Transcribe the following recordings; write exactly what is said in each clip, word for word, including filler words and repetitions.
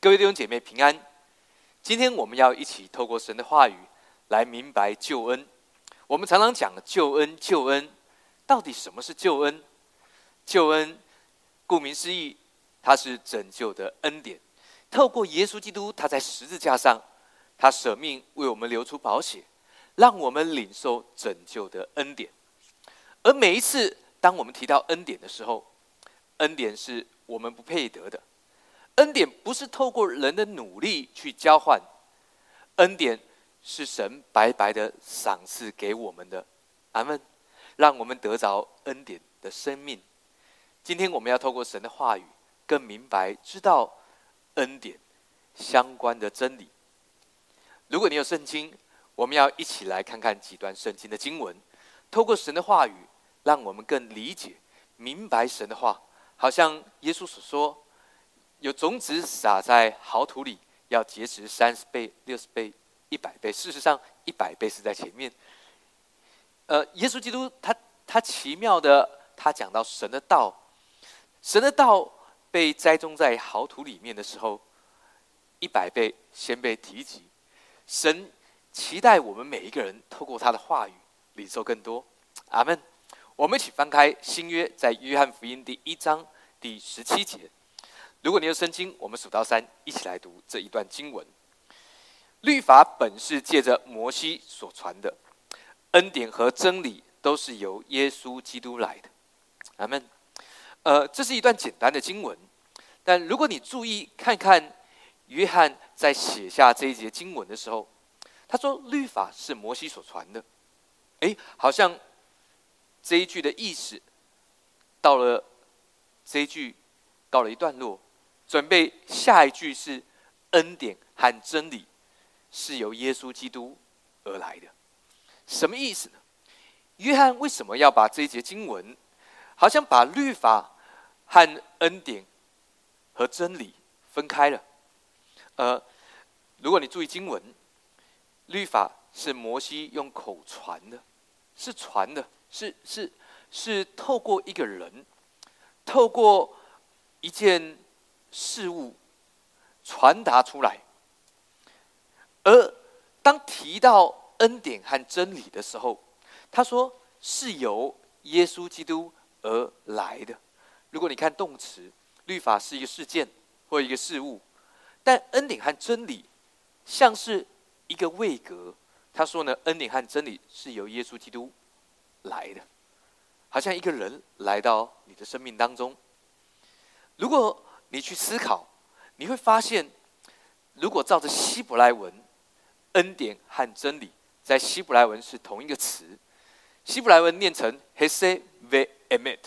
各位弟兄姐妹平安。今天我们要一起透过神的话语来明白救恩。我们常常讲救恩，救恩，到底什么是救恩？救恩，顾名思义，它是拯救的恩典。透过耶稣基督，他在十字架上，他舍命为我们流出宝血，让我们领受拯救的恩典。而每一次当我们提到恩典的时候，恩典是我们不配得的，恩典不是透过人的努力去交换，恩典是神白白的赏赐给我们的。阿们，让我们得着恩典的生命。今天我们要透过神的话语，更明白知道恩典相关的真理。如果你有圣经，我们要一起来看看几段圣经的经文，透过神的话语，让我们更理解明白神的话。好像耶稣所说，有种子撒在好土里，要结实三十倍、六十倍、一百倍。事实上，一百倍是在前面。呃，耶稣基督他他奇妙的，他讲到神的道，神的道被栽种在好土里面的时候，一百倍先被提及。神期待我们每一个人透过他的话语领受更多。阿们。我们一起翻开新约，在约翰福音第一章第十七节。如果你有圣经，我们数到三，一起来读这一段经文。律法本是借着摩西所传的，恩典和真理都是由耶稣基督来的。阿们。呃，这是一段简单的经文，但如果你注意看看约翰在写下这一节经文的时候，他说律法是摩西所传的。诶，好像这一句的意思到了这一句告了一段落，准备下一句是恩典和真理是由耶稣基督而来的。什么意思呢？约翰为什么要把这一节经文好像把律法和恩典和真理分开了？呃，如果你注意经文，律法是摩西用口传的，是传的，是是是透过一个人，透过一件事物传达出来。而当提到恩典和真理的时候，他说是由耶稣基督而来的。如果你看动词，律法是一个事件或一个事物，但恩典和真理像是一个位格。他说呢，恩典和真理是由耶稣基督来的，好像一个人来到你的生命当中。如果你去思考，你会发现，如果照着希伯来文，恩典和真理在希伯来文是同一个词，希伯来文念成 hesed ve'emet，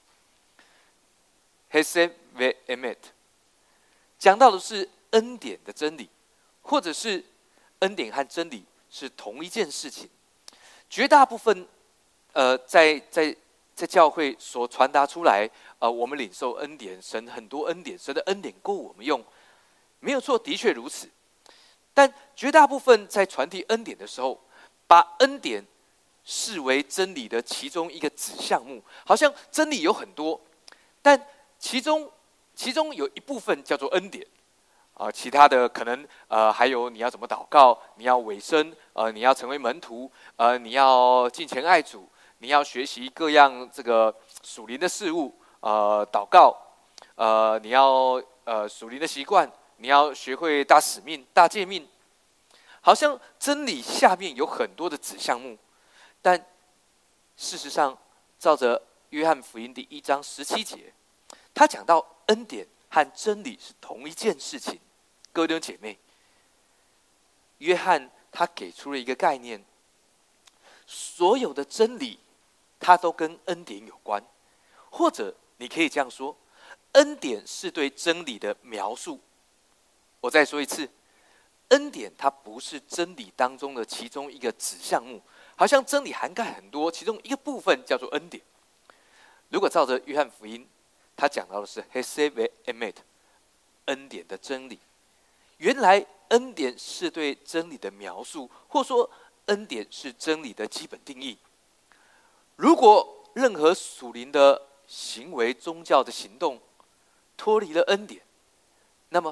hesed ve'emet， 讲到的是恩典的真理，或者是恩典和真理是同一件事情。绝大部分呃，在在在教会所传达出来，呃，我们领受恩典，神很多恩典，神的恩典够我们用，没有错，的确如此。但绝大部分在传递恩典的时候，把恩典视为真理的其中一个子项目，好像真理有很多，但其中其中有一部分叫做恩典。啊、呃，其他的可能呃还有你要怎么祷告，你要委身，呃，你要成为门徒，呃，你要敬虔爱主，你要学习各样这个属灵的事物，呃，祷告，呃，你要呃属灵的习惯，你要学会大使命、大诫命，好像真理下面有很多的子项目，但事实上，照着约翰福音第一章十七节，他讲到恩典和真理是同一件事情。各位弟兄姐妹，约翰他给出了一个概念，所有的真理它都跟恩典有关，或者你可以这样说，恩典是对真理的描述。我再说一次，恩典它不是真理当中的其中一个子项目，好像真理涵盖很多，其中一个部分叫做恩典。如果照着约翰福音，他讲到的是 hesed ve'emet， 恩典的真理。原来恩典是对真理的描述，或说恩典是真理的基本定义。如果任何属灵的行为、宗教的行动脱离了恩典，那么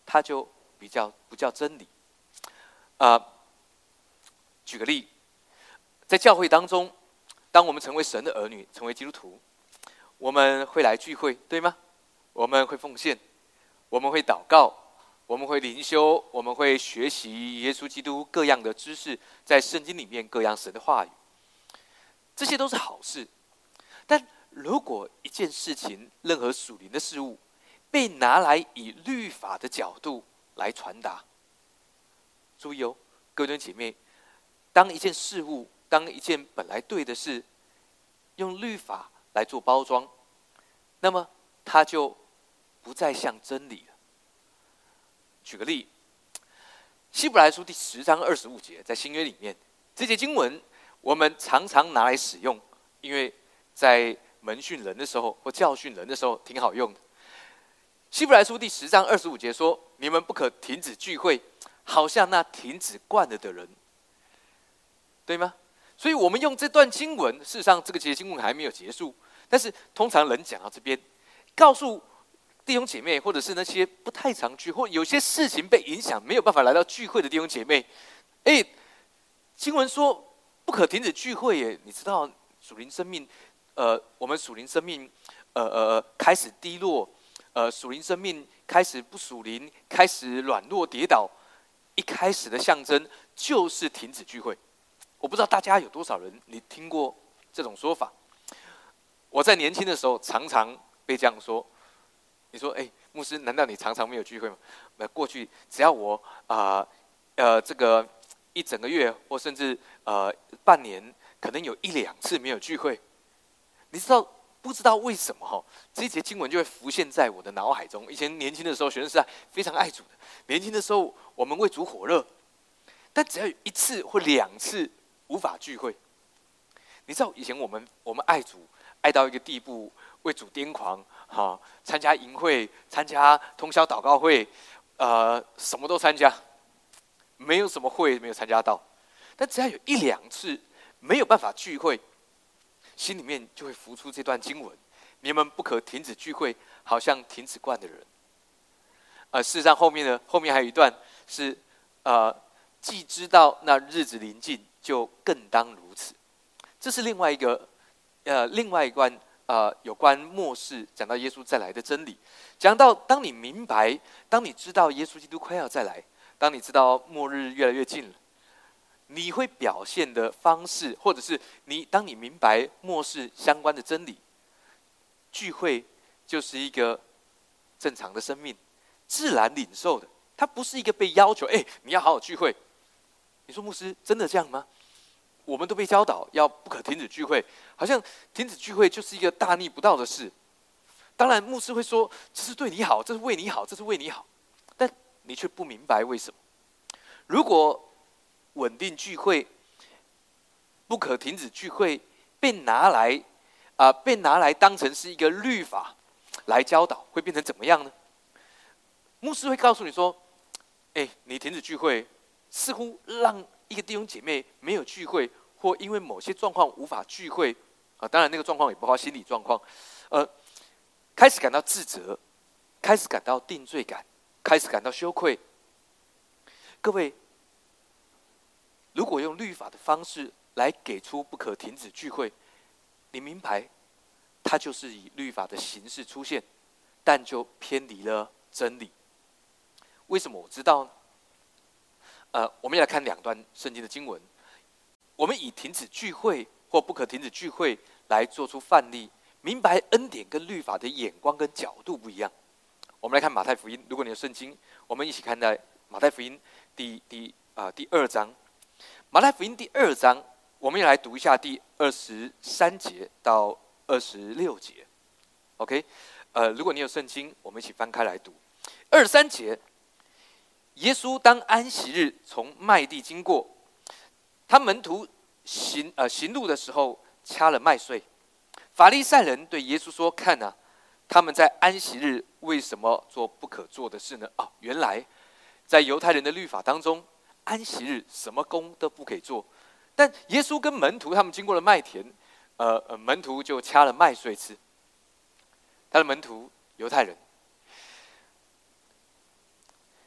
它就比较不叫真理。啊、呃，举个例，在教会当中，当我们成为神的儿女，成为基督徒，我们会来聚会，对吗？我们会奉献，我们会祷告，我们会灵修，我们会学习耶稣基督各样的知识，在圣经里面各样神的话语，这些都是好事。但如果一件事情，任何属灵的事物，被拿来以律法的角度来传达，注意哦，各位弟兄姐妹，当一件事物，当一件本来对的事，用律法来做包装，那么它就不再像真理了。举个例，希伯来书第十章二十五节，在新约里面，这节经文我们常常拿来使用，因为在门训人的时候或教训人的时候挺好用的。希伯来书第十章二十五节说：“你们不可停止聚会，好像那停止惯了的人。”对吗？所以我们用这段经文，事实上这个节经文还没有结束，但是通常人讲到这边，告诉弟兄姐妹，或者是那些不太常聚，或有些事情被影响没有办法来到聚会的弟兄姐妹，哎，经文说不可停止聚会耶。你知道属灵生命，呃，我们属灵生命，呃呃开始低落，呃，属灵生命开始不属灵，开始软弱跌倒，一开始的象征就是停止聚会。我不知道大家有多少人你听过这种说法。我在年轻的时候常常被这样说。你说，哎，牧师，难道你常常没有聚会吗？那过去只要我啊 呃, 呃这个一整个月，或甚至呃半年，可能有一两次没有聚会。你知道不知道为什么哈？这一节经文就会浮现在我的脑海中。以前年轻的时候，学生时代非常爱主的。年轻的时候，我们为主火热，但只要有一次或两次无法聚会。你知道以前我们我们爱主爱到一个地步，为主癫狂，哈，参加营会，参加通宵祷告会，呃，什么都参加，没有什么会没有参加到。但只要有一两次没有办法聚会，心里面就会浮出这段经文：你们不可停止聚会，好像停止惯的人。呃，事实上后面呢，后面还有一段是，呃，既知道那日子临近，就更当如此。这是另外一个，呃，另外一关，呃，有关末世讲到耶稣再来的真理。讲到当你明白，当你知道耶稣基督快要再来，当你知道末日越来越近了，你会表现的方式，或者是你当你明白末世相关的真理，聚会就是一个正常的生命，自然领受的。它不是一个被要求，哎，你要好好聚会。你说牧师真的这样吗？我们都被教导要不可停止聚会，好像停止聚会就是一个大逆不道的事。当然，牧师会说这是对你好，这是为你好，这是为你好，但你却不明白为什么。如果稳定聚会、不可停止聚会被拿来啊、呃，被拿来当成是一个律法来教导，会变成怎么样呢？牧师会告诉你说：“哎，你停止聚会，似乎让一个弟兄姐妹没有聚会，或因为某些状况无法聚会啊，当然那个状况也包括心理状况，呃，开始感到自责，开始感到定罪感，开始感到羞愧。各位，如果用律法的方式来给出不可停止聚会，你明白，它就是以律法的形式出现，但就偏离了真理。为什么我知道呢？呃，我们来看两段圣经的经文。我们以停止聚会或不可停止聚会来做出范例，明白恩典跟律法的眼光跟角度不一样。我们来看马太福音，如果你有圣经，我们一起看在马太福音第第啊、呃、第二章。马太福音第二章，我们也来读一下第二十三节到二十六节。OK， 呃，如果你有圣经，我们一起翻开来读。二十三节，耶稣当安息日从麦地经过，他门徒行呃行路的时候掐了麦穗。法利赛人对耶稣说：“看啊，他们在安息日为什么做不可做的事呢？”哦，原来在犹太人的律法当中，安息日什么工都不可以做。但耶稣跟门徒他们经过了麦田，呃呃，门徒就掐了麦穗吃。他的门徒犹太人，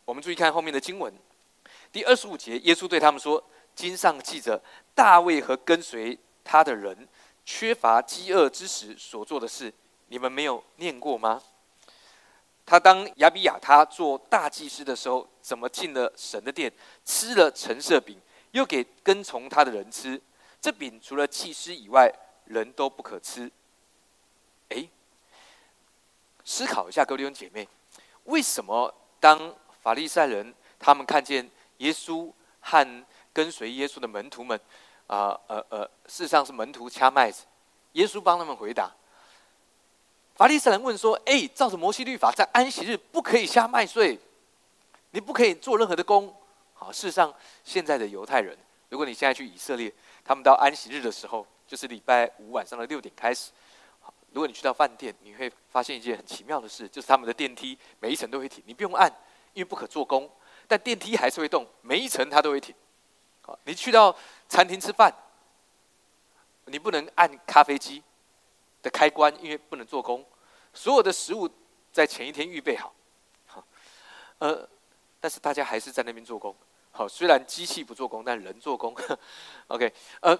我们注意看后面的经文，第二十五节，耶稣对他们说：“经上记着大卫和跟随他的人缺乏饥饿之时所做的事，你们没有念过吗？他当亚比亚他做大祭司的时候，怎么进了神的殿，吃了陈设饼，又给跟从他的人吃？这饼除了祭司以外，人都不可吃。”哎，思考一下，各位弟兄姐妹，为什么当法利赛人他们看见耶稣和跟随耶稣的门徒们，啊呃呃，事实上是门徒掐麦子，耶稣帮他们回答。法利赛人问说：“哎，照着摩西律法，在安息日不可以掐麦穗，你不可以做任何的工。”好，事实上，现在的犹太人，如果你现在去以色列，他们到安息日的时候，就是礼拜五晚上的六点开始。如果你去到饭店，你会发现一件很奇妙的事，就是他们的电梯每一层都会停，你不用按，因为不可做工，但电梯还是会动，每一层它都会停。好，你去到餐厅吃饭，你不能按咖啡机的开关，因为不能做工，所有的食物在前一天预备好。好，呃，但是大家还是在那边做工。好，虽然机器不做工，但人做工。OK， 呃，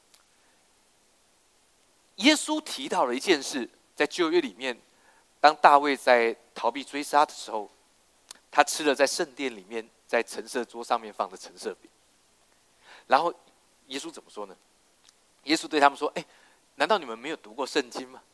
耶稣提到了一件事，在旧约里面，当大卫在逃避追杀的时候，他吃了在圣殿里面在陈设桌上面放的陈设饼。然后耶稣怎么说呢？耶稣对他们说：“哎，难道你们没有读过圣经吗 ？”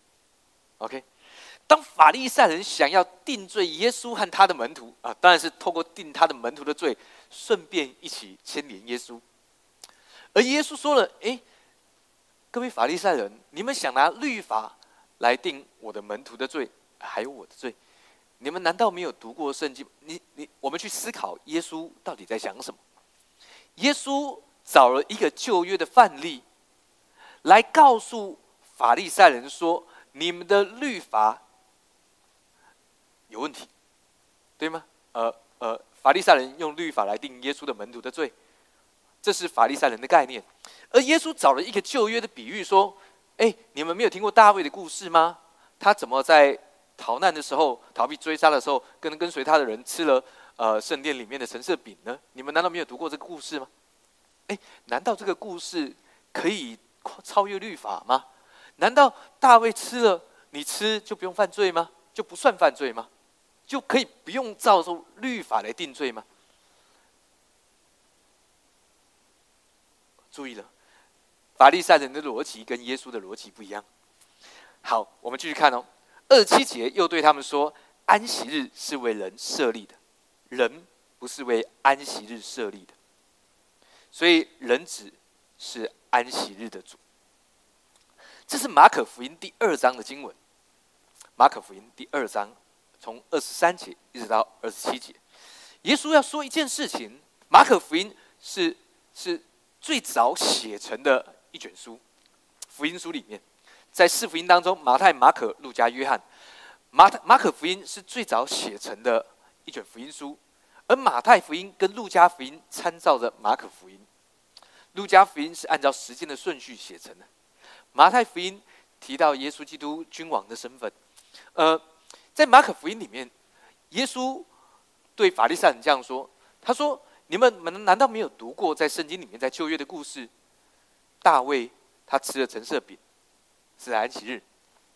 OK， 当法利赛人想要定罪耶稣和他的门徒啊，当然是透过定他的门徒的罪，顺便一起牵连耶稣。而耶稣说了：“哎，各位法利赛人，你们想拿律法来定我的门徒的罪，还有我的罪，你们难道没有读过圣经？你你，我们去思考耶稣到底在想什么？耶稣找了一个旧约的范例，来告诉法利赛人说：你们的律法有问题，对吗？呃呃，法利赛人用律法来定耶稣的门徒的罪，这是法利赛人的概念。而耶稣找了一个旧约的比喻说：哎，你们没有听过大卫的故事吗？他怎么在逃难的时候、逃避追杀的时候，跟跟随他的人吃了呃圣殿里面的陈设饼呢？你们难道没有读过这个故事吗？哎，难道这个故事可以超越律法吗？难道大卫吃了，你吃就不用犯罪吗？就不算犯罪吗？就可以不用照着律法来定罪吗？注意了，法利赛人的逻辑跟耶稣的逻辑不一样。好，我们继续看哦。二十七节又对他们说：安息日是为人设立的，人不是为安息日设立的。所以人子是安息日的主。这是马可福音第二章的经文。马可福音第二章从二十三节一直到二十七节，耶稣要说一件事情。马可福音是是最早写成的一卷书，福音书里面，在四福音当中，马太、马可、路加、约翰，马太马可福音是最早写成的一卷福音书。而马太福音跟路加福音参照着马可福音，路加福音是按照时间的顺序写成的，马太福音提到耶稣基督君王的身份。呃，在马可福音里面，耶稣对法利赛人这样说：他说，你们难道没有读过在圣经里面在旧约的故事？大卫他吃了陈设饼，是安息日。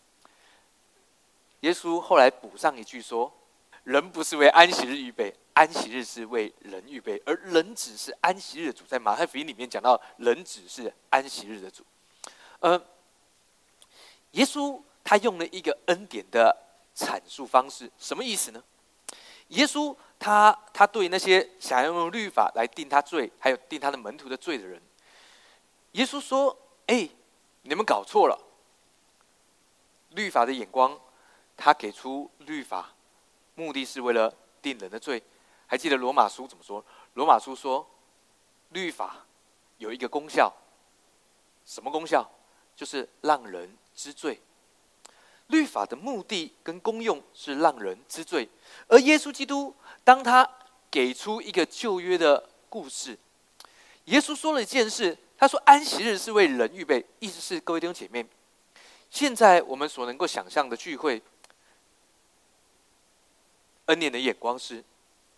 耶稣后来补上一句说：人不是为安息日预备，安息日是为人预备，而人子是安息日的主。在马太福音里面讲到，人子是安息日的主。呃，耶稣他用了一个恩典的阐述方式，什么意思呢？耶稣他他对那些想要用律法来定他罪，还有定他的门徒的罪的人，耶稣说：哎，你们搞错了。律法的眼光，他给出律法目的是为了定人的罪。还记得罗马书怎么说？罗马书说，律法有一个功效，什么功效？就是让人知罪。律法的目的跟功用是让人知罪，而耶稣基督当他给出一个旧约的故事，耶稣说了一件事，他说安息日是为人预备，意思是各位弟兄姐妹，现在我们所能够想象的聚会，恩典的眼光是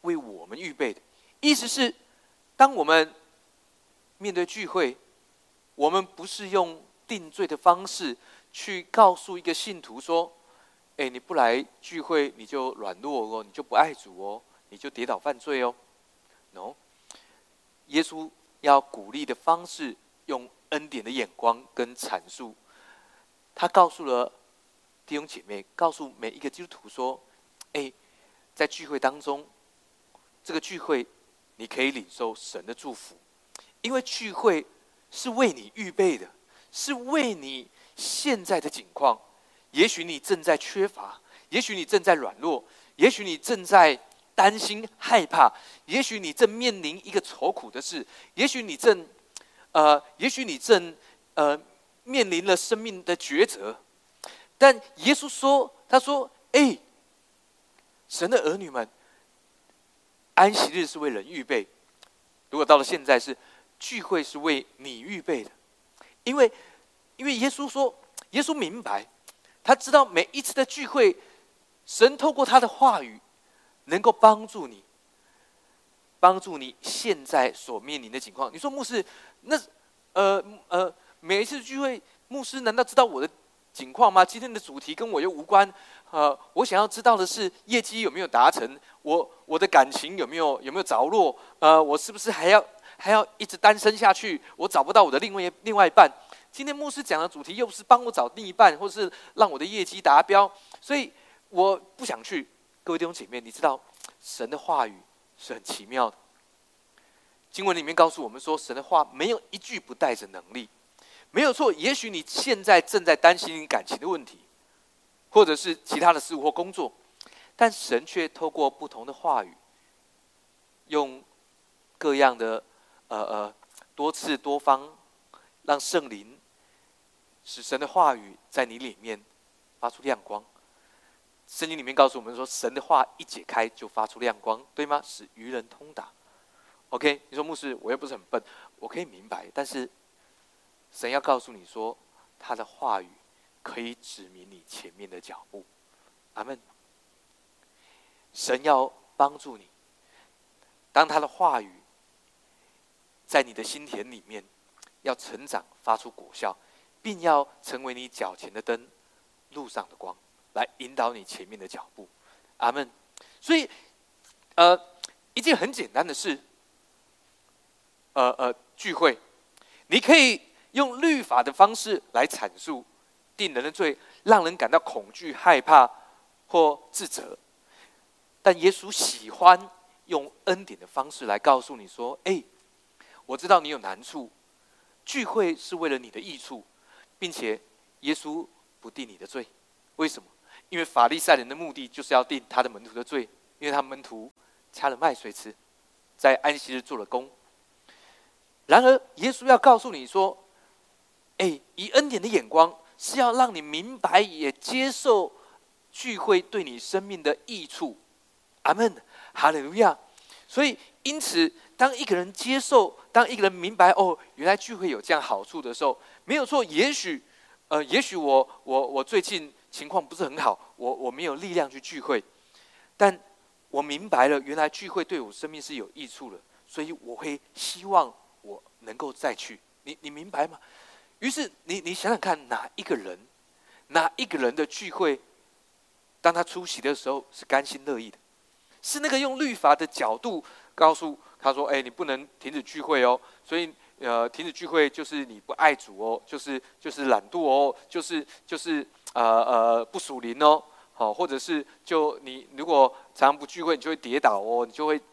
为我们预备的。意思是，当我们面对聚会，我们不是用定罪的方式去告诉一个信徒说：“哎，你不来聚会，你就软弱哦，你就不爱主哦，你就跌倒犯罪哦。” No， 耶稣要鼓励的方式，用恩典的眼光跟阐述。他告诉了弟兄姐妹，告诉每一个基督徒说：“哎，在聚会当中，这个聚会你可以领受神的祝福，因为聚会是为你预备的，是为你现在的境况。也许你正在缺乏，也许你正在软弱，也许你正在担心害怕，也许你正面临一个愁苦的事，也许你正，呃，也许你正呃面临了生命的抉择。但耶稣说，他说：‘哎，神的儿女们，安息日是为人预备。如果到了现在是聚会是为你预备的，因为因为耶稣说，耶稣明白，他知道每一次的聚会，神透过他的话语，能够帮助你，帮助你现在所面临的情况。你说牧师，那呃呃，每一次聚会，牧师难道知道我的情况吗？今天的主题跟我又无关。呃，我想要知道的是业绩有没有达成，我我的感情有没有有没有着落？呃，我是不是还要还要一直单身下去？我找不到我的另外另外一半。今天牧师讲的主题又不是帮我找另一半，或是让我的业绩达标，所以我不想去。各位弟兄姐妹，你知道神的话语是很奇妙的。经文里面告诉我们说，神的话没有一句不带着能力。没有错，也许你现在正在担心你感情的问题，或者是其他的事物或工作，但神却透过不同的话语，用各样的呃呃多次多方，让圣灵使神的话语在你里面发出亮光。圣经里面告诉我们说，神的话一解开就发出亮光，对吗？使愚人通达。OK， 你说牧师，我又不是很笨，我可以明白，但是神要告诉你说，他的话语可以指明你前面的脚步。阿们。神要帮助你，当他的话语在你的心田里面要成长，发出果效，并要成为你脚前的灯，路上的光，来引导你前面的脚步。阿们。所以，呃，一件很简单的事，呃呃，聚会，你可以用律法的方式来阐述定人的罪，让人感到恐惧、害怕或自责。但耶稣喜欢用恩典的方式来告诉你说：“哎，我知道你有难处，聚会是为了你的益处，并且耶稣不定你的罪。为什么？因为法利赛人的目的就是要定他的门徒的罪，因为他门徒掐了麦穗吃，在安息日做了工。然而，耶稣要告诉你说：‘哎，以恩典的眼光，是要让你明白也接受聚会对你生命的益处。’阿们，哈利路亚。所以，因此，当一个人接受，当一个人明白，哦，原来聚会有这样好处的时候，没有错。也许，呃，也许我我我最近情况不是很好，我我没有力量去聚会，但我明白了，原来聚会对我生命是有益处的，所以我会希望我能够再去。你你明白吗？于是你你想想看，哪一个人，哪一个人的聚会，当他出席的时候是甘心乐意的？是那个用律法的角度告诉他说：“哎，你不能停止聚会哦，所以呃，停止聚会就是你不爱主哦，就是就是懒惰哦，就是就是呃呃不属灵哦，好，或者是就你如果常常不聚会，你就会跌倒哦，你就会。”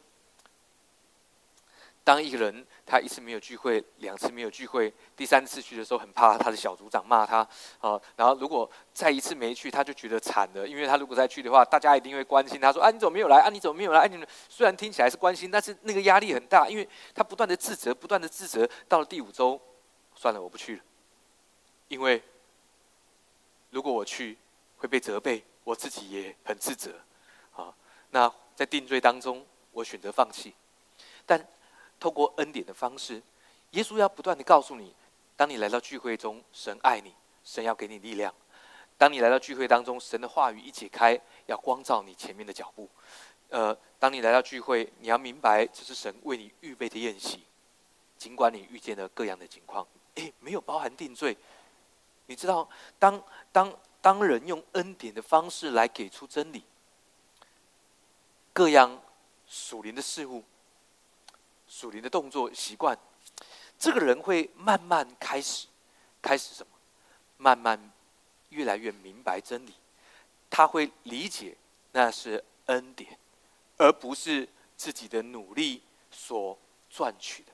当一个人他一次没有聚会，两次没有聚会，第三次去的时候，很怕他的小组长骂他啊。然后如果再一次没去，他就觉得惨了，因为他如果再去的话，大家一定会关心他说：“啊，你怎么没有来？啊，你怎么没有来？”啊，你虽然听起来是关心，但是那个压力很大，因为他不断的自责，不断的自责。到了第五周，算了，我不去了，因为如果我去会被责备，我自己也很自责啊。那在定罪当中，我选择放弃，但透过恩典的方式，耶稣要不断的告诉你：当你来到聚会中，神爱你，神要给你力量；当你来到聚会当中，神的话语一解开，要光照你前面的脚步。 呃，当你来到聚会，你要明白这是神为你预备的宴席。尽管你遇见了各样的情况，诶，没有包含定罪。你知道，当当当人用恩典的方式来给出真理，各样属灵的事物、属灵的动作、习惯，这个人会慢慢开始，开始什么？慢慢越来越明白真理。他会理解那是恩典，而不是自己的努力所赚取的。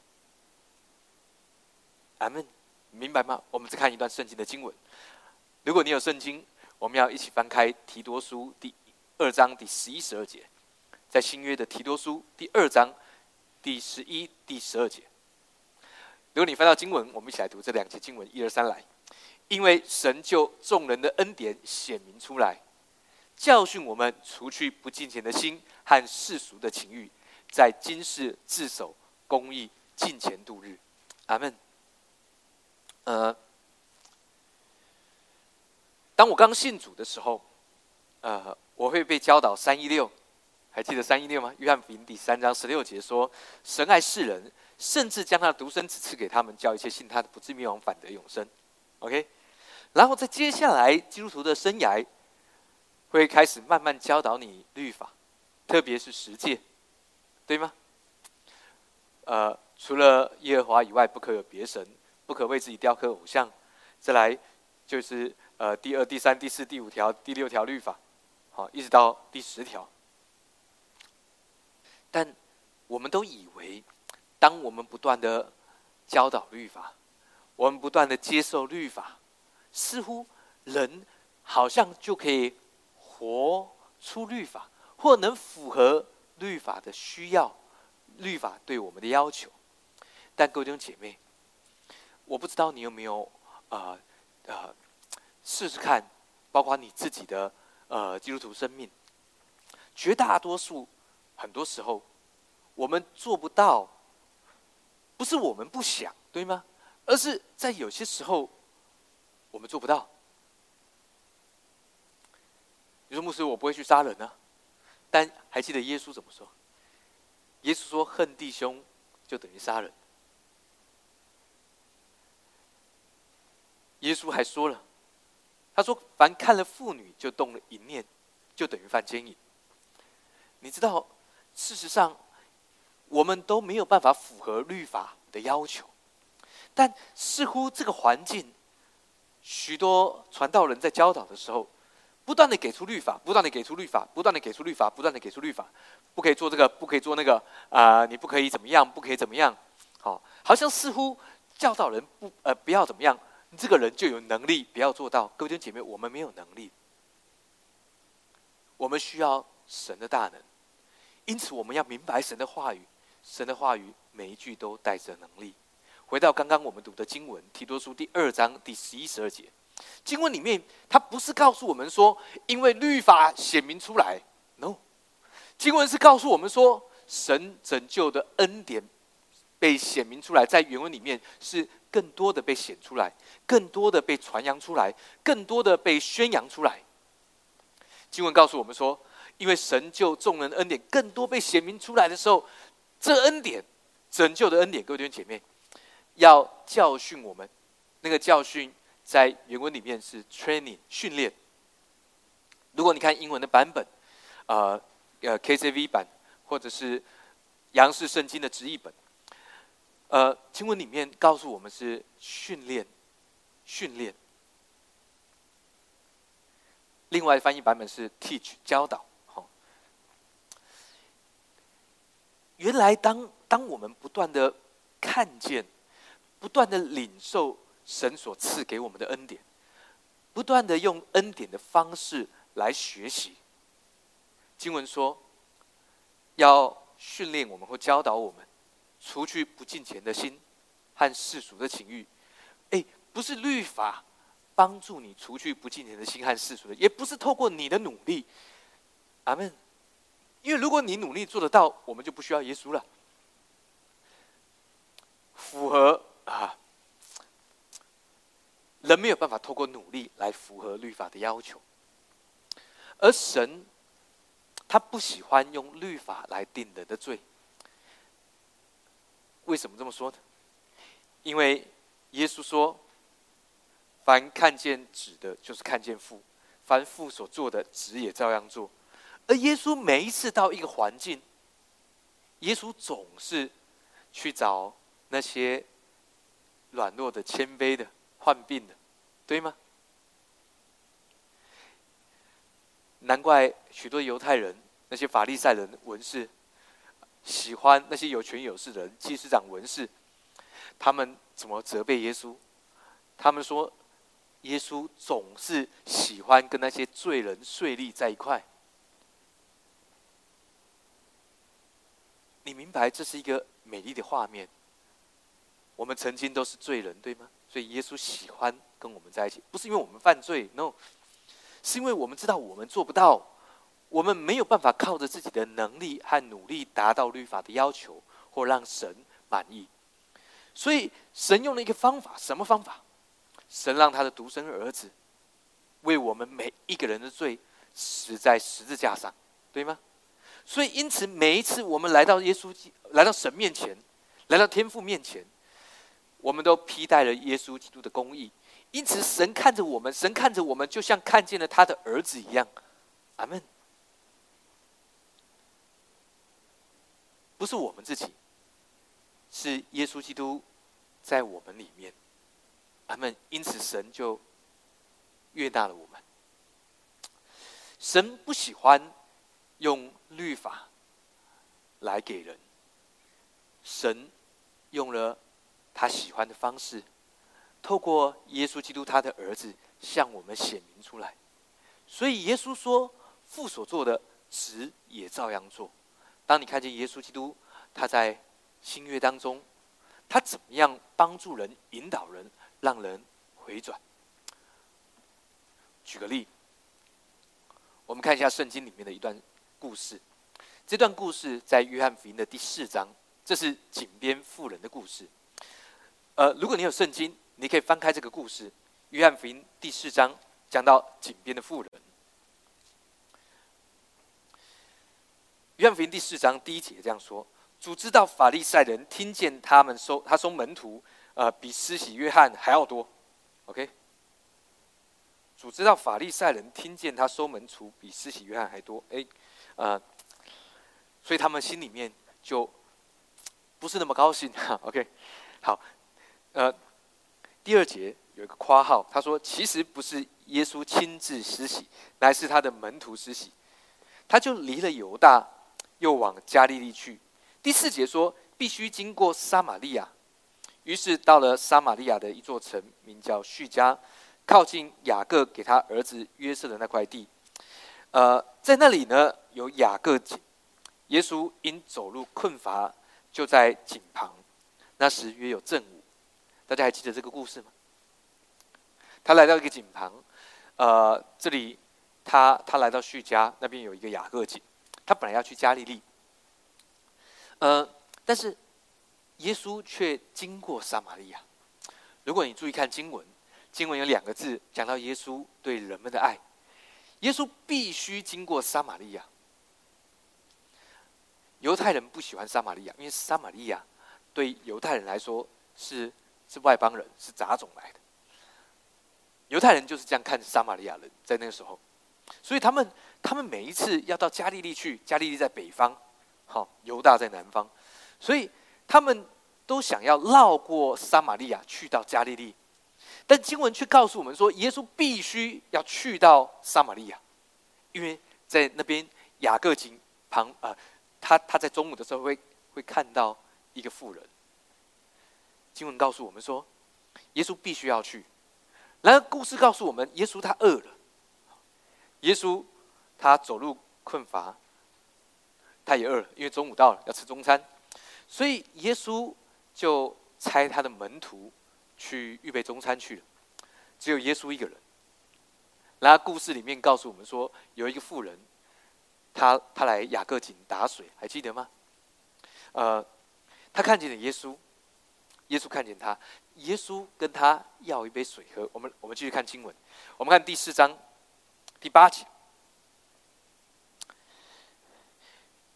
阿们，明白吗？我们再看一段圣经的经文。如果你有圣经，我们要一起翻开提多书第二章第十一、十二节。在新约的提多书第二章第十一、第十二节。如果你翻到经文，我们一起来读这两节经文，一二三来。因为神就众人的恩典显明出来，教训我们除去不敬虔的心和世俗的情欲，在今世自守公义，敬虔度日。阿们。呃，当我刚信主的时候，呃，我会被教导三一六，还记得三一六吗？约翰福音第三章十六节说：“神爱世人，甚至将他的独生子赐给他们，叫一切信他的不至灭亡，反得永生。” OK， 然后在接下来基督徒的生涯，会开始慢慢教导你律法，特别是十诫，对吗？呃，除了耶和华以外，不可有别神。不可为自己雕刻偶像。再来就是呃第二、第三、第四、第五条、第六条律法，好，一直到第十条。但我们都以为，当我们不断的教导律法，我们不断的接受律法，似乎人好像就可以活出律法，或能符合律法的需要，律法对我们的要求。但各位弟兄姐妹，我不知道你有没有呃呃试试看，包括你自己的呃基督徒生命，绝大多数很多时候我们做不到，不是我们不想，对吗？而是在有些时候我们做不到。你说牧师，我不会去杀人啊，但还记得耶稣怎么说？耶稣说恨弟兄就等于杀人。耶稣还说了，他说凡看了妇女就动了淫念，就等于犯奸淫。你知道，事实上我们都没有办法符合律法的要求，但似乎这个环境，许多传道人在教导的时候，不断的给出律法，不断的给出律法，不断的给出律法，不断的给出律法，不可以做这个，不可以做那个，啊、呃，你不可以怎么样，不可以怎么样，好，好像似乎教导人不呃不要怎么样。这个人就有能力，不要做到。各位弟兄姐妹，我们没有能力，我们需要神的大能。因此，我们要明白神的话语，神的话语每一句都带着能力。回到刚刚我们读的经文，提多书第二章第十一、十二节，经文里面，它不是告诉我们说，因为律法显明出来 ，no， 经文是告诉我们说，神拯救的恩典被显明出来，在原文里面是更多的被显出来，更多的被传扬出来，更多的被宣扬出来。经文告诉我们说，因为神救众人恩典更多被显明出来的时候，这恩典拯救的恩典，各位弟兄姐妹，要教训我们。那个教训在原文里面是 training 训练。如果你看英文的版本，呃呃 K C V 版，或者是杨氏圣经的直译本，呃，经文里面告诉我们是训练，训练。另外翻译版本是 teach 教导。好，原来当当我们不断的看见，不断的领受神所赐给我们的恩典，不断的用恩典的方式来学习。经文说，要训练我们或教导我们，除去不敬虔的心和世俗的情欲。哎，不是律法帮助你除去不敬虔的心和世俗的，也不是透过你的努力。阿们。因为如果你努力做得到，我们就不需要耶稣了。符合啊，人没有办法透过努力来符合律法的要求，而神他不喜欢用律法来定人的罪。为什么这么说呢？因为耶稣说，凡看见子的，就是看见父；凡父所做的，子也照样做。而耶稣每一次到一个环境，耶稣总是去找那些软弱的、谦卑的、患病的，对吗？难怪许多犹太人、那些法利赛人、文士，喜欢那些有权有势的人，祭司长、文士，他们怎么责备耶稣？他们说，耶稣总是喜欢跟那些罪人税吏在一块。你明白这是一个美丽的画面。我们曾经都是罪人，对吗？所以耶稣喜欢跟我们在一起，不是因为我们犯罪 ，no， 是因为我们知道我们做不到，我们没有办法靠着自己的能力和努力达到律法的要求，或让神满意。所以神用了一个方法，什么方法？神让他的独生儿子为我们每一个人的罪死在十字架上，对吗？所以因此每一次我们来到耶稣来到神面前，来到天父面前，我们都披戴了耶稣基督的公义。因此神看着我们，神看着我们就像看见了他的儿子一样。阿们。不是我们自己，是耶稣基督在我们里面。阿们。因此神就悦纳了我们。神不喜欢用律法来给人，神用了他喜欢的方式，透过耶稣基督他的儿子向我们显明出来。所以耶稣说，父所做的，子也照样做。当你看见耶稣基督他在新约当中，他怎么样帮助人、引导人、让人回转。举个例，我们看一下圣经里面的一段故事。这段故事在约翰福音的第四章，这是井边妇人的故事。呃，如果你有圣经，你可以翻开这个故事，约翰福音第四章讲到井边的妇人。约翰福音第四章第一节这样说：主知道法利赛人听见他们收他收门徒，呃，比施洗约翰还要多。OK， 主知道法利赛人听见他收门徒比施洗约翰还多，哎，呃，所以他们心里面就不是那么高兴。OK， 好，呃，第二节有一个括号，他说其实不是耶稣亲自施洗，乃是他的门徒施洗。他就离了犹大，又往加利利去。第四节说，必须经过撒玛利亚，于是到了撒玛利亚的一座城，名叫叙加，靠近雅各给他儿子约瑟的那块地。呃，在那里呢，有雅各井。耶稣因走路困乏，就在井旁。那时约有正午。大家还记得这个故事吗？他来到一个井旁，呃，这里他他来到叙加，那边有一个雅各井。他本来要去加利利，呃，但是耶稣却经过撒玛利亚。如果你注意看经文，经文有两个字讲到耶稣对人们的爱。耶稣必须经过撒玛利亚。犹太人不喜欢撒玛利亚，因为撒玛利亚对犹太人来说是是外邦人，是杂种来的。犹太人就是这样看撒玛利亚人，在那个时候，所以他们他们每一次要到加利利去，加利利在北方，好，犹大在南方，所以他们都想要绕过撒玛利亚去到加利利。但经文却告诉我们说，耶稣必须要去到撒玛利亚，因为在那边雅各井旁，呃，他他在中午的时候会会看到一个妇人。经文告诉我们说，耶稣必须要去。然而故事告诉我们，耶稣他饿了，耶稣他走路困乏，他也饿了，因为中午到了要吃中餐，所以耶稣就差他的门徒去预备中餐去了，只有耶稣一个人。然后故事里面告诉我们说，有一个妇人，他他来雅各井打水，还记得吗？呃，他看见了耶稣，耶稣看见他，耶稣跟他要一杯水喝。我们我们继续看经文，我们看第四章第八节。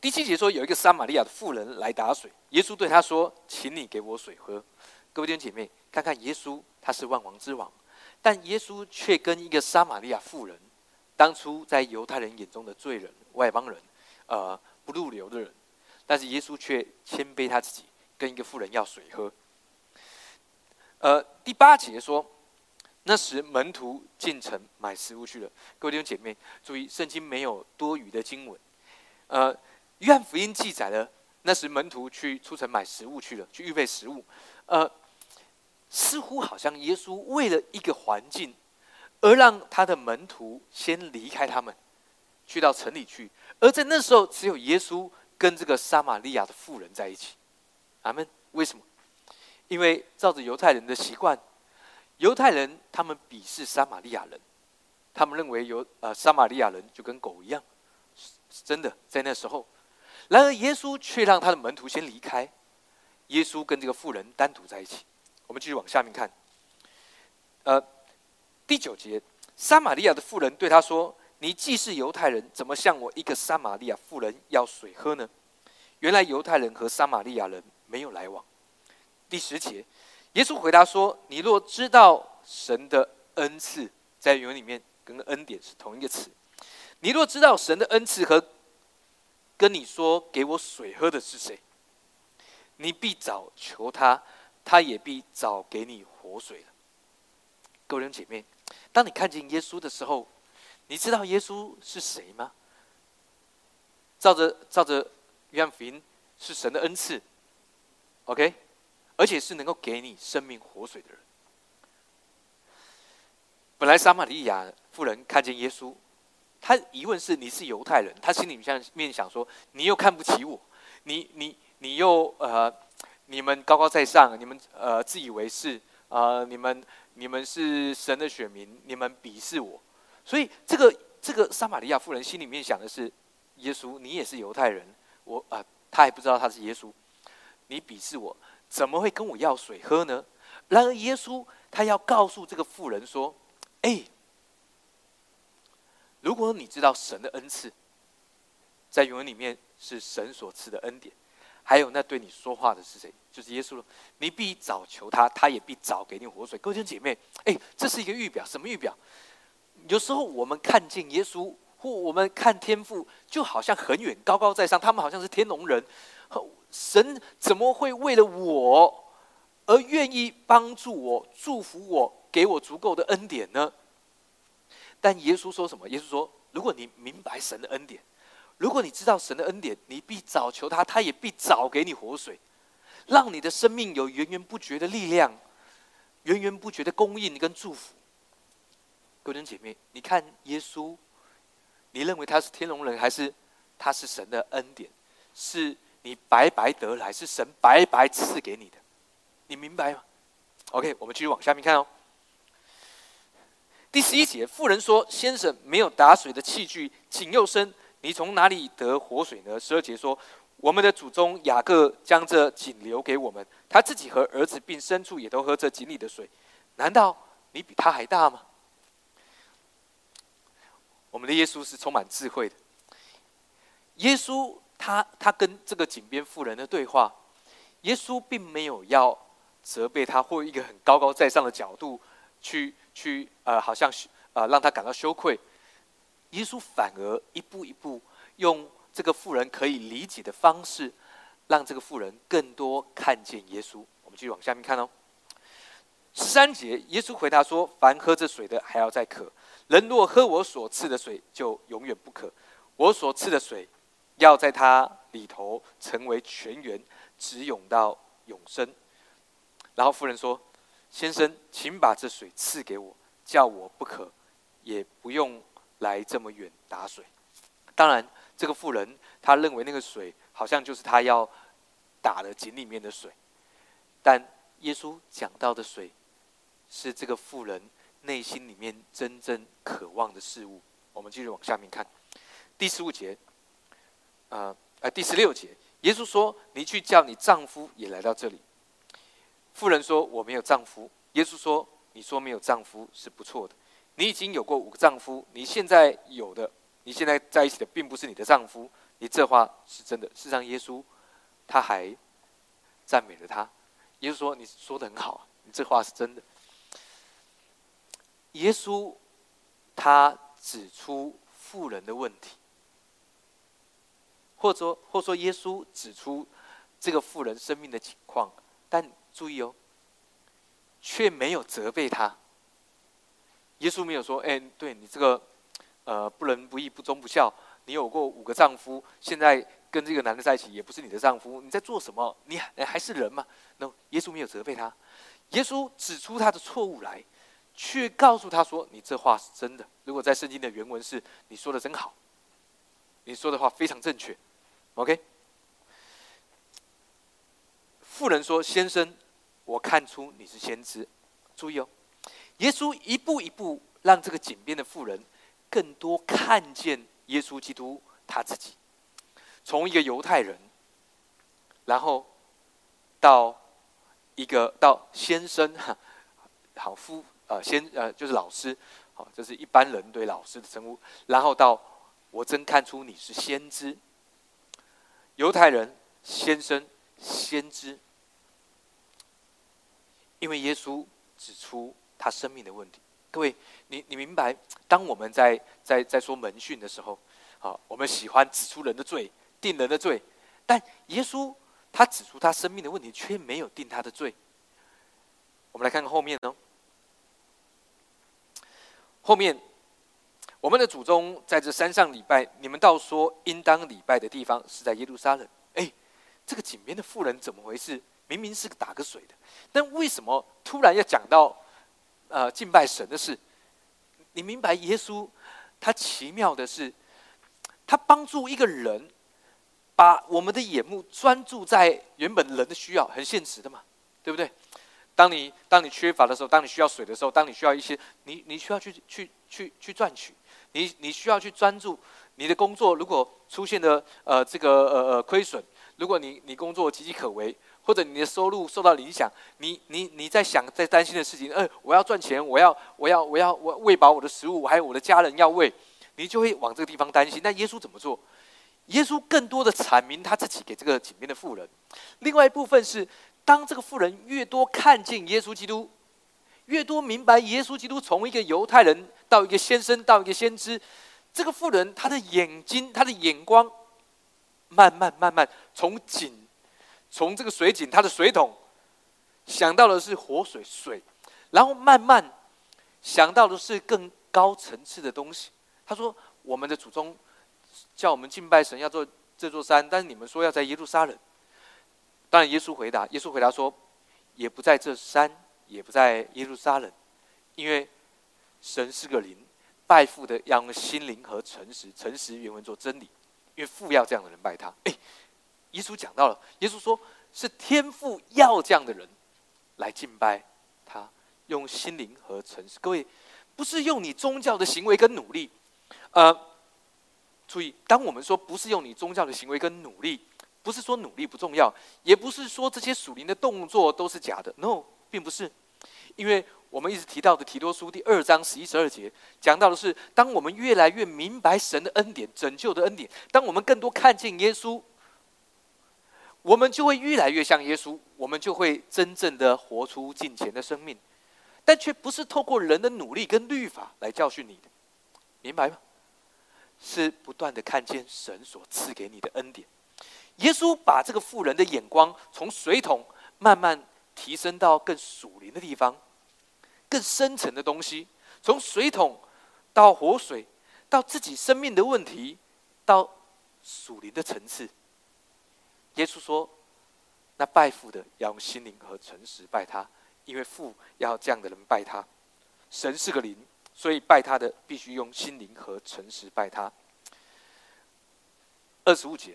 第七节说，有一个撒玛利亚的妇人来打水，耶稣对他说：“请你给我水喝。”各位弟兄姐妹，看看耶稣，他是万王之王，但耶稣却跟一个撒玛利亚妇人，当初在犹太人眼中的罪人、外邦人，呃，不入流的人，但是耶稣却谦卑他自己，跟一个妇人要水喝。呃，第八节说，那时门徒进城买食物去了。各位弟兄姐妹，注意，圣经没有多余的经文。呃，约翰福音记载了，那时门徒去出城买食物去了，去预备食物。呃，似乎好像耶稣为了一个环境，而让他的门徒先离开他们，去到城里去。而在那时候，只有耶稣跟这个撒玛利亚的妇人在一起。阿们。为什么？因为照着犹太人的习惯，犹太人他们鄙视撒玛利亚人，他们认为犹呃撒玛利亚人就跟狗一样。真的，在那时候，然而耶稣却让他的门徒先离开，耶稣跟这个妇人单独在一起。我们继续往下面看，呃，第九节，撒玛利亚的妇人对他说：“你既是犹太人，怎么向我一个撒玛利亚妇人要水喝呢？”原来犹太人和撒玛利亚人没有来往。第十节，耶稣回答说：“你若知道神的恩赐，在原文里面跟恩典是同一个词。你若知道神的恩赐和跟你说给我水喝的是谁，你必早求他，他也必早给你活水了。”各位弟兄姐妹，当你看见耶稣的时候，你知道耶稣是谁吗？照着照着约翰福音，是神的恩赐 ，OK， 而且是能够给你生命活水的人。本来撒玛利亚妇人看见耶稣，他疑问是：你是犹太人，他心里面想说：你又看不起我，你你你又呃，你们高高在上，你们呃自以为是，呃，你们你们是神的选民，你们鄙视我。所以这个这个撒玛利亚妇人心里面想的是：耶稣，你也是犹太人，我啊、呃，他还不知道他是耶稣，你鄙视我，怎么会跟我要水喝呢？然而耶稣他要告诉这个妇人说：哎，如果你知道神的恩赐，在原文里面是神所赐的恩典，还有那对你说话的是谁？就是耶稣了。你必早求他，他也必早给你活水。各位弟兄姐妹，哎，这是一个预表，什么预表？有时候我们看见耶稣，或我们看天父，就好像很远，高高在上，他们好像是天龙人。神怎么会为了我而愿意帮助我、祝福我、给我足够的恩典呢？但耶稣说什么？耶稣说：如果你明白神的恩典，如果你知道神的恩典，你必早求他，他也必早给你活水，让你的生命有源源不绝的力量，源源不绝的供应跟祝福。各位姐妹，你看耶稣，你认为他是天龙人，还是他是神的恩典？是你白白得来，是神白白赐给你的？你明白吗 ？OK， 我们继续往下面看哦。第十一节，妇人说：“先生，没有打水的器具，井又深，你从哪里得活水呢？”十二节说：“我们的祖宗雅各将这井留给我们，他自己和儿子并牲畜也都喝这井里的水。难道你比他还大吗？”我们的耶稣是充满智慧的。耶稣他他跟这个井边妇人的对话，耶稣并没有要责备他，或一个很高高在上的角度去去呃，好像呃让他感到羞愧。耶稣反而一步一步用这个妇人可以理解的方式，让这个妇人更多看见耶稣。我们继续往下面看哦。十三节，耶稣回答说：“凡喝这水的，还要再渴；人若喝我所赐的水，就永远不渴。我所赐的水，要在他里头成为泉源，直涌到永生。”然后妇人说：“先生，请把这水赐给我，叫我不渴，也不用来这么远打水。”当然，这个妇人她认为那个水好像就是她要打的井里面的水，但耶稣讲到的水，是这个妇人内心里面真正渴望的事物。我们继续往下面看，第十五节，呃呃，第十六节，耶稣说：“你去叫你丈夫也来到这里。”妇人说：“我没有丈夫。”耶稣说：“你说没有丈夫是不错的，你已经有过五个丈夫，你现在有的，你现在在一起的并不是你的丈夫， 你这话是真的。”事实上，耶稣他还赞美了他。耶稣说：“你说的很好，你这话是真的。”耶稣他指出妇人的问题，或者说，或者说耶稣指出这个妇人生命的情况，但注意哦，却没有责备他。耶稣没有说：“哎，对你这个呃不仁不义、不忠不孝，你有过五个丈夫，现在跟这个男的在一起也不是你的丈夫，你在做什么？你还是人吗？” no， 耶稣没有责备他，耶稣指出他的错误来，却告诉他说：“你这话是真的。”如果在圣经的原文是：“你说的真好，你说的话非常正确。” OK。妇人说：“先生，我看出你是先知。”注意哦，耶稣一步一步让这个井边的妇人更多看见耶稣基督他自己，从一个犹太人，然后到一个到先生，好夫呃先呃就是老师，好，这是一般人对老师的称呼，然后到我真看出你是先知。犹太人、先生、先知，因为耶稣指出他生命的问题。各位，你你明白？当我们在在在说门训的时候，好，我们喜欢指出人的罪，定人的罪，但耶稣他指出他生命的问题，却没有定他的罪。我们来看看后面哦。后面，我们的祖宗在这山上礼拜，你们倒说应当礼拜的地方是在耶路撒冷。哎，这个井边的妇人怎么回事？明明是个打个水的，但为什么突然要讲到呃敬拜神的事？你明白耶稣他奇妙的是，他帮助一个人把我们的眼目专注在原本人的需要，很现实的嘛，对不对？当你当你缺乏的时候，当你需要水的时候，当你需要一些，你你需要去去去去赚取，你你需要去专注你的工作。如果出现了呃这个呃呃亏损，如果你你工作岌岌可危，或者你的收入受到影响，你你你在想在担心的事情，呃，我要赚钱，我要我要我要我喂饱我的食物，还有我的家人要喂，你就会往这个地方担心。那耶稣怎么做？耶稣更多的阐明他自己给这个井边的妇人。另外一部分是，当这个妇人越多看见耶稣基督，越多明白耶稣基督从一个犹太人到一个先生到一个先知，这个妇人她的眼睛、她的眼光，慢慢慢慢从井，从这个水井，她的水桶，想到的是活水水，然后慢慢想到的是更高层次的东西。他说：“我们的祖宗叫我们敬拜神要做这座山，但是你们说要在耶路撒冷。”当然，耶稣回答，耶稣回答说：“也不在这山，也不在耶路撒冷，因为神是个灵，拜父的要用心灵和诚实，诚实原文做真理，因为父要这样的人拜他。”哎，耶稣讲到了，耶稣说是天父要这样的人来敬拜他，用心灵和诚实。各位，不是用你宗教的行为跟努力，呃，注意，当我们说不是用你宗教的行为跟努力，不是说努力不重要，也不是说这些属灵的动作都是假的 ，no， 并不是。因为我们一直提到的提多书第二章十一十二节，讲到的是，当我们越来越明白神的恩典、拯救的恩典，当我们更多看见耶稣，我们就会越来越像耶稣，我们就会真正的活出敬虔的生命，但却不是透过人的努力跟律法来教训你的，明白吗？是不断的看见神所赐给你的恩典。耶稣把这个妇人的眼光从水桶慢慢提升到更属灵的地方，更深层的东西，从水桶到活水，到自己生命的问题，到属灵的层次。耶稣说：“那拜父的要用心灵和诚实拜他，因为父要这样的人拜他。神是个灵，所以拜他的必须用心灵和诚实拜他。”二十五节，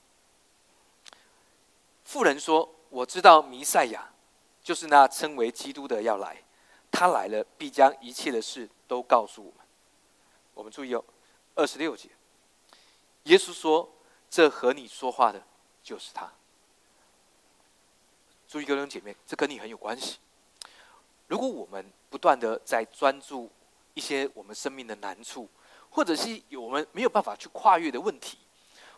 妇人说：“我知道弥赛亚，就是那称为基督的要来，他来了，必将一切的事都告诉我们。”我们注意哦，二十六节，耶稣说：“这和你说话的就是他。”注意，各位弟兄姐妹，这跟你很有关系。如果我们不断的在专注一些我们生命的难处，或者是我们没有办法去跨越的问题，或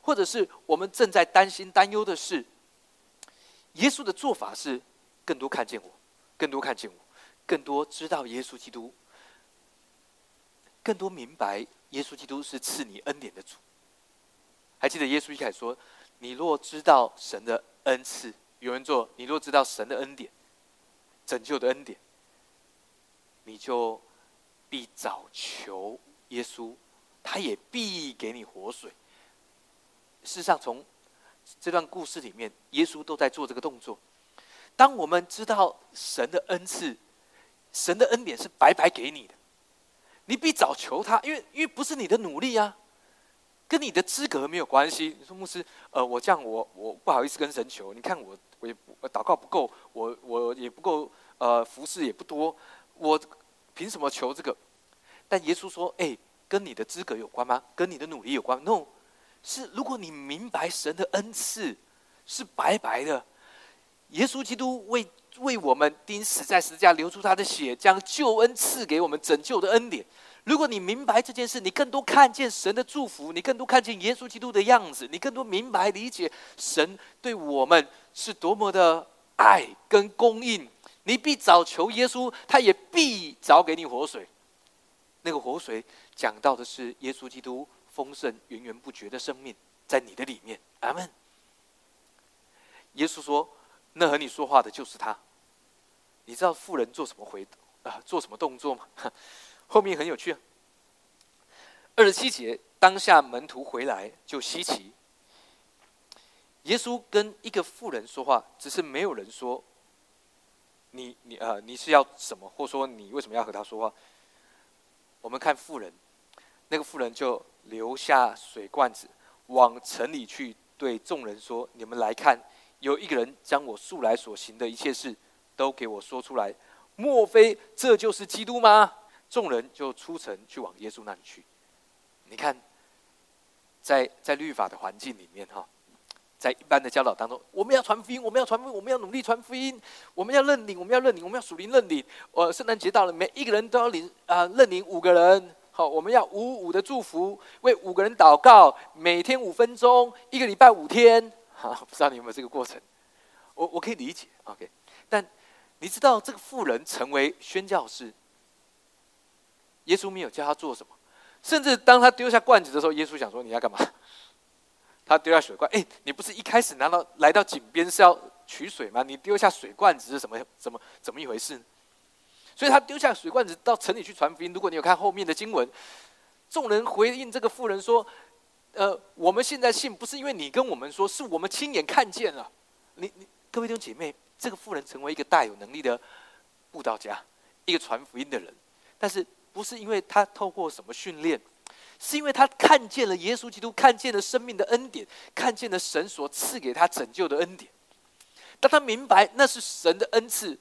或者是我们正在担心担忧的事，耶稣的做法是更多看见我，更多看见我，更多知道耶稣基督，更多明白耶稣基督是赐你恩典的主。还记得耶稣一开始说，你若知道神的恩赐，有人做，你若知道神的恩典，拯救的恩典，你就必早求耶稣，他也必给你活水。事实上，从这段故事里面，耶稣都在做这个动作。当我们知道神的恩赐，神的恩典是白白给你的，你必早求他，因为因为不是你的努力啊，跟你的资格没有关系。你说牧师，呃，我这样我我不好意思跟神求，你看我我也祷告不够，我我也不够，呃，服侍也不多，我凭什么求这个？但耶稣说，哎，跟你的资格有关吗？跟你的努力有关 ？No， 是如果你明白神的恩赐是白白的，耶稣基督为为我们钉死在十字架，流出他的血，将救恩赐给我们，拯救的恩典。如果你明白这件事，你更多看见神的祝福，你更多看见耶稣基督的样子，你更多明白理解神对我们是多么的爱跟供应，你必早求耶稣，他也必早给你活水。那个活水讲到的是耶稣基督丰盛源源不绝的生命在你的里面。阿们。耶稣说，那和你说话的就是他。你知道妇人做什么回啊？做什么动作吗？后面很有趣。二十七节，当下门徒回来就稀奇，耶稣跟一个妇人说话，只是没有人说你你呃你是要什么，或说你为什么要和他说话。我们看妇人，那个妇人就留下水罐子，往城里去，对众人说：“你们来看，有一个人将我素来所行的一切事都给我说出来，莫非这就是基督吗？”众人就出城去往耶稣那里去。你看，在在律法的环境里面哈，在一般的教导当中，我们要传福音，我们要传福音，我们要努力传福音，我们要认领，我们要认领，我们要属灵认领。呃，圣诞节到了，每一个人都要领啊、呃，认领五个人。好，我们要五五的祝福，为五个人祷告，每天五分钟，一个礼拜五天。好，不知道你有没有这个过程？我我可以理解 ，OK。但你知道这个妇人成为宣教士，耶稣没有教他做什么，甚至当他丢下罐子的时候，耶稣想说你要干嘛？他丢下水罐，哎，你不是一开始拿到来到井边是要取水吗？你丢下水罐子是什么怎么怎么一回事？所以他丢下水罐子到城里去传福音。如果你有看后面的经文，众人回应这个妇人说：“呃，我们现在信不是因为你跟我们说，是我们亲眼看见了。你”你各位弟兄姐妹，这个妇人成为一个大有能力的布道家，一个传福音的人，但是不是因为他透过什么训练，是因为他看见了耶稣基督，看见了生命的恩典，看见了神所赐给他拯救的恩典。当他明白那是神的恩赐，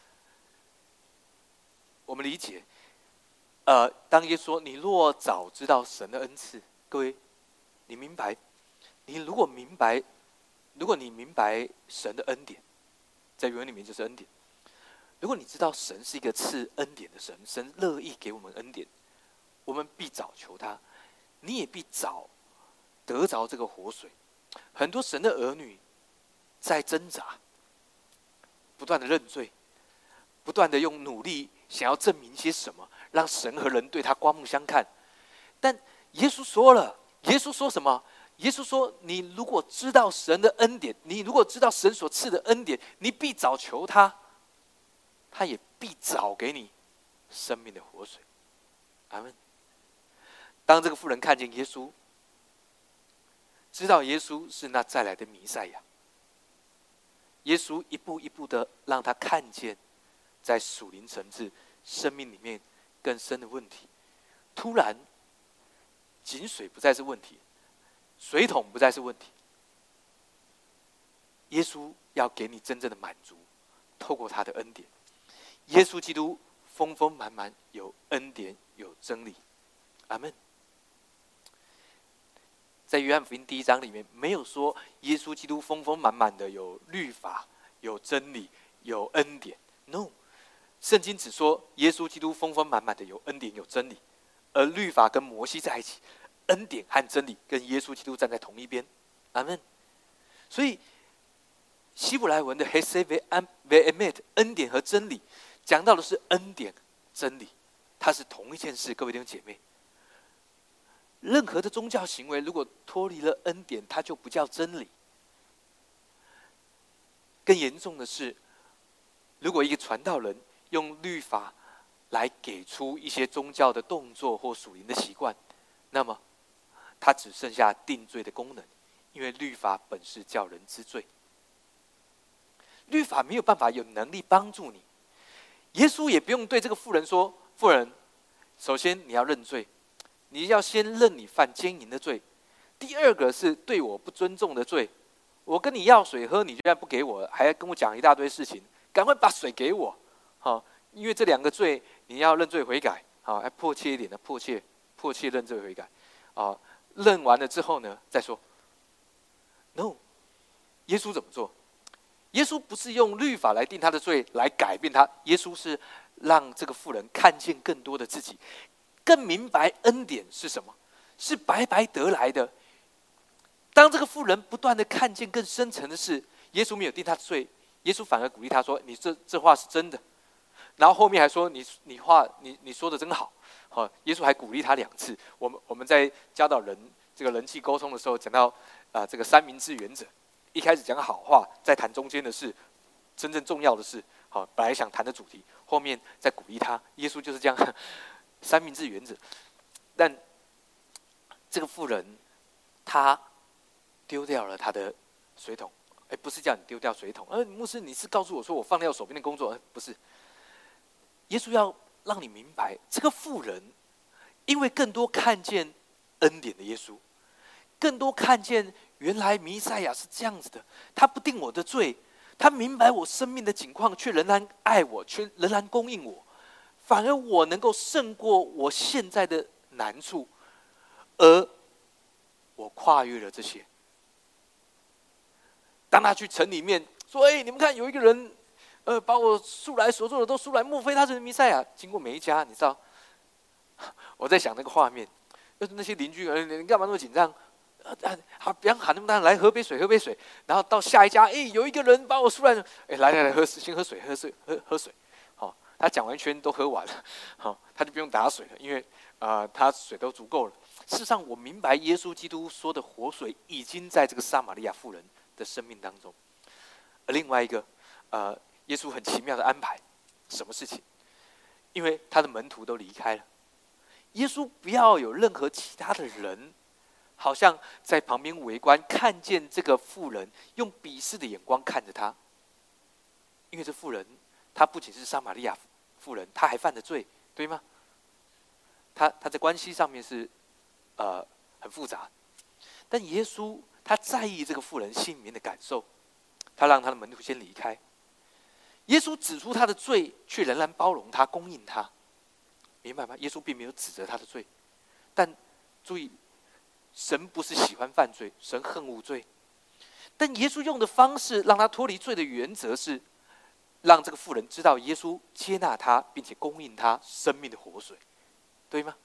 我们理解，呃，当耶稣说：“你若早知道神的恩赐”，各位，你明白？你如果明白，如果你明白神的恩典，在原文里面就是恩典。如果你知道神是一个赐恩典的神，神乐意给我们恩典，我们必早求他，你也必早得着这个活水。很多神的儿女在挣扎，不断的认罪，不断的用努力想要证明些什么，让神和人对他刮目相看。但耶稣说了，耶稣说什么？耶稣说：“你如果知道神的恩典，你如果知道神所赐的恩典，你必早求他，他也必早给你生命的活水。”阿们。当这个妇人看见耶稣，知道耶稣是那再来的弥赛亚，耶稣一步一步的让他看见，在属灵层次、生命里面更深的问题。突然，井水不再是问题，水桶不再是问题。耶稣要给你真正的满足，透过他的恩典。耶稣基督丰丰满满，有恩典，有真理。阿们。在约翰福音第一章里面，没有说耶稣基督丰丰满满的有律法、有真理、有恩典。No， 圣经只说耶稣基督丰丰满满的有恩典、有真理，而律法跟摩西在一起，恩典和真理跟耶稣基督站在同一边。 阿们。所以希伯来文的 Hesed ve'emet 恩典和真理，讲到的是恩典真理，它是同一件事。各位弟兄姐妹，任何的宗教行为如果脱离了恩典，它就不叫真理。更严重的是，如果一个传道人用律法来给出一些宗教的动作或属灵的习惯，那么他只剩下定罪的功能，因为律法本是叫人知罪。律法没有办法有能力帮助你。耶稣也不用对这个妇人说：“妇人，首先你要认罪，你要先认你犯奸淫的罪。第二个是对我不尊重的罪。我跟你要水喝，你居然不给我，还跟我讲一大堆事情，赶快把水给我。”好，因为这两个罪你要认罪悔改，好，还迫切一点的，迫切迫切认罪悔改。啊，认完了之后呢，再说。No， 耶稣怎么做？耶稣不是用律法来定他的罪，来改变他。耶稣是让这个妇人看见更多的自己，更明白恩典是什么，是白白得来的。当这个妇人不断的看见更深层的事，耶稣没有定他的罪，耶稣反而鼓励他说：“你这这话是真的。”然后后面还说：“你你话你你说的真好。”好，耶稣还鼓励他两次。我们我们在教导人这个人际沟通的时候，讲到啊、呃、这个三明治原则。一开始讲好话，再谈中间的事，真正重要的事。好，本来想谈的主题，后面再鼓励他。耶稣就是这样，三明治原则。但这个妇人，她丢掉了她的水桶。哎，不是叫你丢掉水桶。呃，牧师，你是告诉我说我放掉手边的工作？呃，不是。耶稣要让你明白，这个妇人，因为更多看见恩典的耶稣，更多看见。原来弥赛亚是这样子的，他不定我的罪，他明白我生命的境况，却仍然爱我，却仍然供应我，反而我能够胜过我现在的难处，而我跨越了这些。当他去城里面说：“哎，你们看，有一个人，呃，把我素来所做的都素来，莫非他是弥赛亚？”经过每一家，你知道，我在想那个画面，就是那些邻居，呃，你干嘛那么紧张？好，不要喊那么大，来喝杯水，喝杯水。然后到下一家，哎，有一个人把我输来，哎，来来来，喝，先喝水，喝水，喝喝水。好，他讲完一圈都喝完了，好，他就不用打水了，因为啊、呃，他水都足够了。事实上，我明白耶稣基督说的活水已经在这个撒玛利亚妇人的生命当中。而另外一个，呃，耶稣很奇妙的安排，什么事情？因为他的门徒都离开了，耶稣不要有任何其他的人。好像在旁边围观，看见这个妇人用鄙视的眼光看着他，因为这妇人，她不仅是撒玛利亚妇人，她还犯了罪，对吗？她她在关系上面是，呃，很复杂，但耶稣他在意这个妇人心里面的感受，他让他的门徒先离开。耶稣指出他的罪，却仍然包容他，供应他，明白吗？耶稣并没有指责他的罪，但注意。神不是喜欢犯罪，神恨恶罪。但耶稣用的方式让他脱离罪的原则是，让这个妇人知道耶稣接纳他，并且供应他生命的活水，对吗？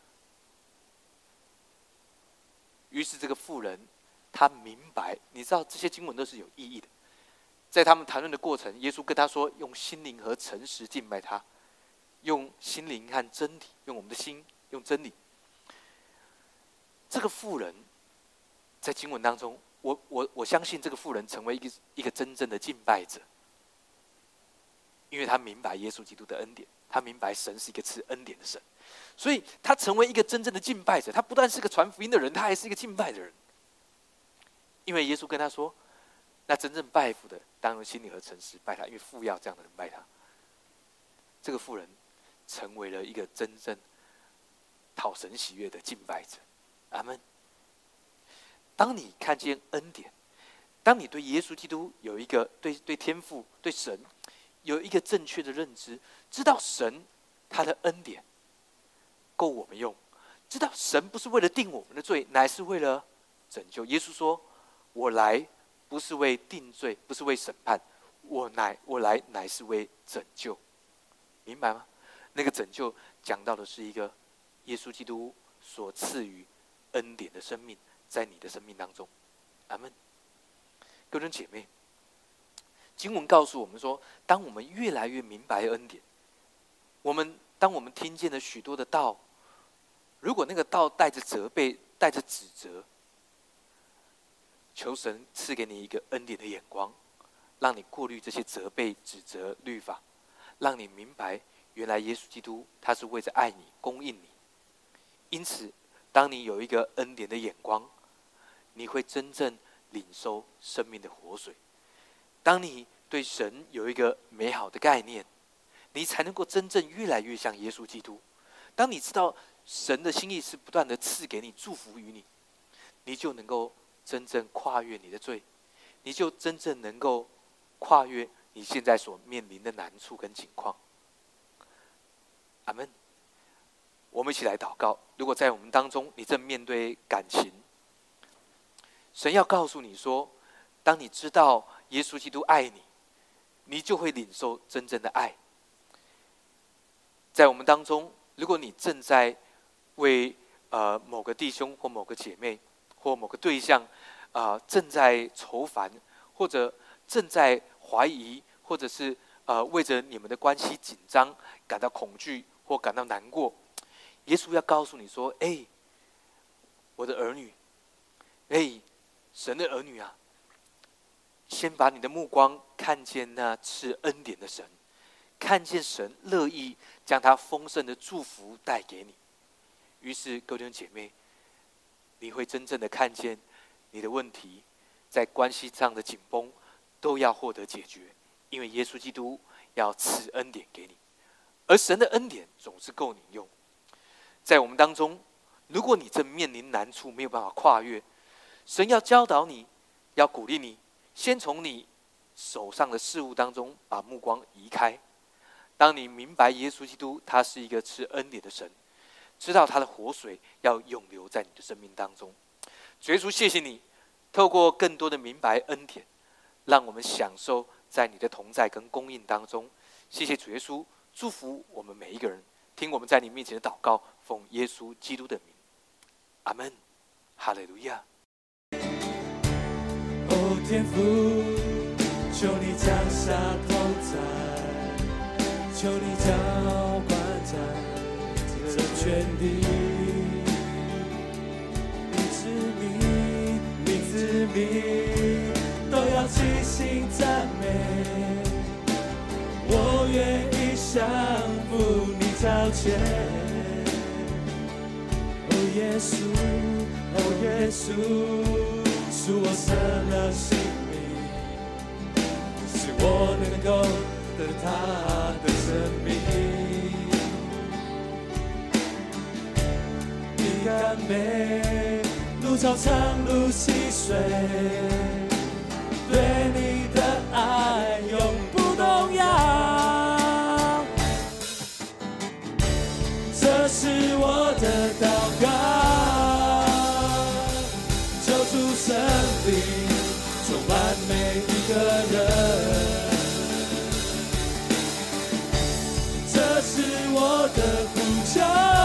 于是这个妇人，她明白，你知道这些经文都是有意义的。在他们谈论的过程，耶稣跟他说：“用心灵和诚实敬拜他，用心灵和真理，用我们的心，用真理。”这个妇人，在经文当中，我我我相信这个妇人成为一个一个真正的敬拜者，因为她明白耶稣基督的恩典，她明白神是一个赐恩典的神，所以她成为一个真正的敬拜者。她不但是个传福音的人，她还是一个敬拜的人。因为耶稣跟他说：“那真正拜父的，当用心灵和诚实拜他，因为父要这样的人拜他。”这个妇人成为了一个真正讨神喜悦的敬拜者。阿们。当你看见恩典，当你对耶稣基督有一个对对天父对神有一个正确的认知，知道神他的恩典够我们用，知道神不是为了定我们的罪，乃是为了拯救。耶稣说：“我来不是为定罪，不是为审判，我乃我来乃是为拯救。”明白吗？那个拯救讲到的是一个耶稣基督所赐予恩典的生命，在你的生命当中。阿们。 各位弟兄姐妹，经文告诉我们说，当我们越来越明白恩典，我们当我们听见了许多的道，如果那个道带着责备、带着指责，求神赐给你一个恩典的眼光，让你过滤这些责备、指责、律法，让你明白，原来耶稣基督他是为着爱你、供应你。因此，当你有一个恩典的眼光，你会真正领受生命的活水。当你对神有一个美好的概念，你才能够真正越来越像耶稣基督。当你知道神的心意是不断的赐给你祝福于你，你就能够真正跨越你的罪，你就真正能够跨越你现在所面临的难处跟情况。阿们。我们一起来祷告。如果在我们当中，你正面对感情，神要告诉你说，当你知道耶稣基督爱你，你就会领受真正的爱。在我们当中，如果你正在为呃某个弟兄或某个姐妹或某个对象啊、呃、正在愁烦，或者正在怀疑，或者是呃为着你们的关系紧张感到恐惧或感到难过，耶稣要告诉你说：哎，我的儿女，哎，神的儿女啊，先把你的目光看见那赐恩典的神，看见神乐意将他丰盛的祝福带给你。于是各位弟兄姐妹，你会真正的看见你的问题在关系上的紧绷都要获得解决，因为耶稣基督要赐恩典给你，而神的恩典总是够你用。在我们当中，如果你正面临难处没有办法跨越，神要教导你，要鼓励你，先从你手上的事物当中把目光移开。当你明白耶稣基督他是一个赐恩典的神，知道他的活水要永留在你的生命当中。主耶稣，谢谢你透过更多的明白恩典，让我们享受在你的同在跟供应当中。谢谢主耶稣，祝福我们每一个人，听我们在你面前的祷告，奉耶稣基督的名，阿们，哈利路亚。 哦，天父，求你降下同在，求你浇灌在这全地，你子民，你子民都要齐心赞美，我愿意降服你脚前。哦，耶稣，哦，耶稣，是我舍了性命，使我能够得他的生命。你甘美，如潮长如溪水，对你的爱永不动摇。这是我的祷告，求主圣灵充满每一个人。这是我的呼求，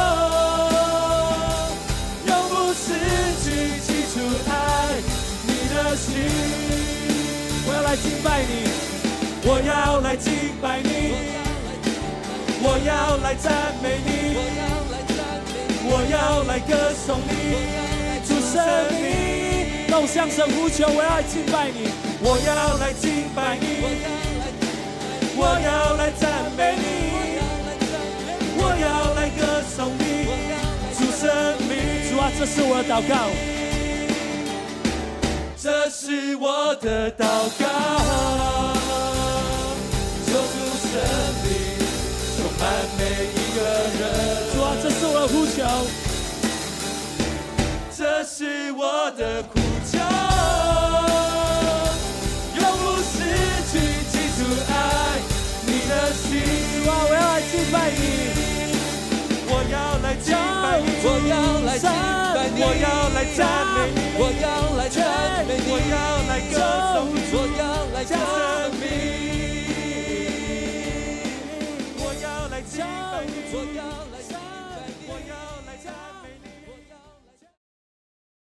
永不失去起初爱你的心。我要来敬拜你，我要来敬拜你，我要来赞美你，我要来歌颂你，主圣灵，让我向神呼求，我要来敬拜你，我要来敬拜你，我要来赞美你，我要来歌颂你，主圣灵，主啊，这是我的祷告，这是我的祷告，求主圣灵充满每一个人。主啊，这是我的呼求，这是我的呼求。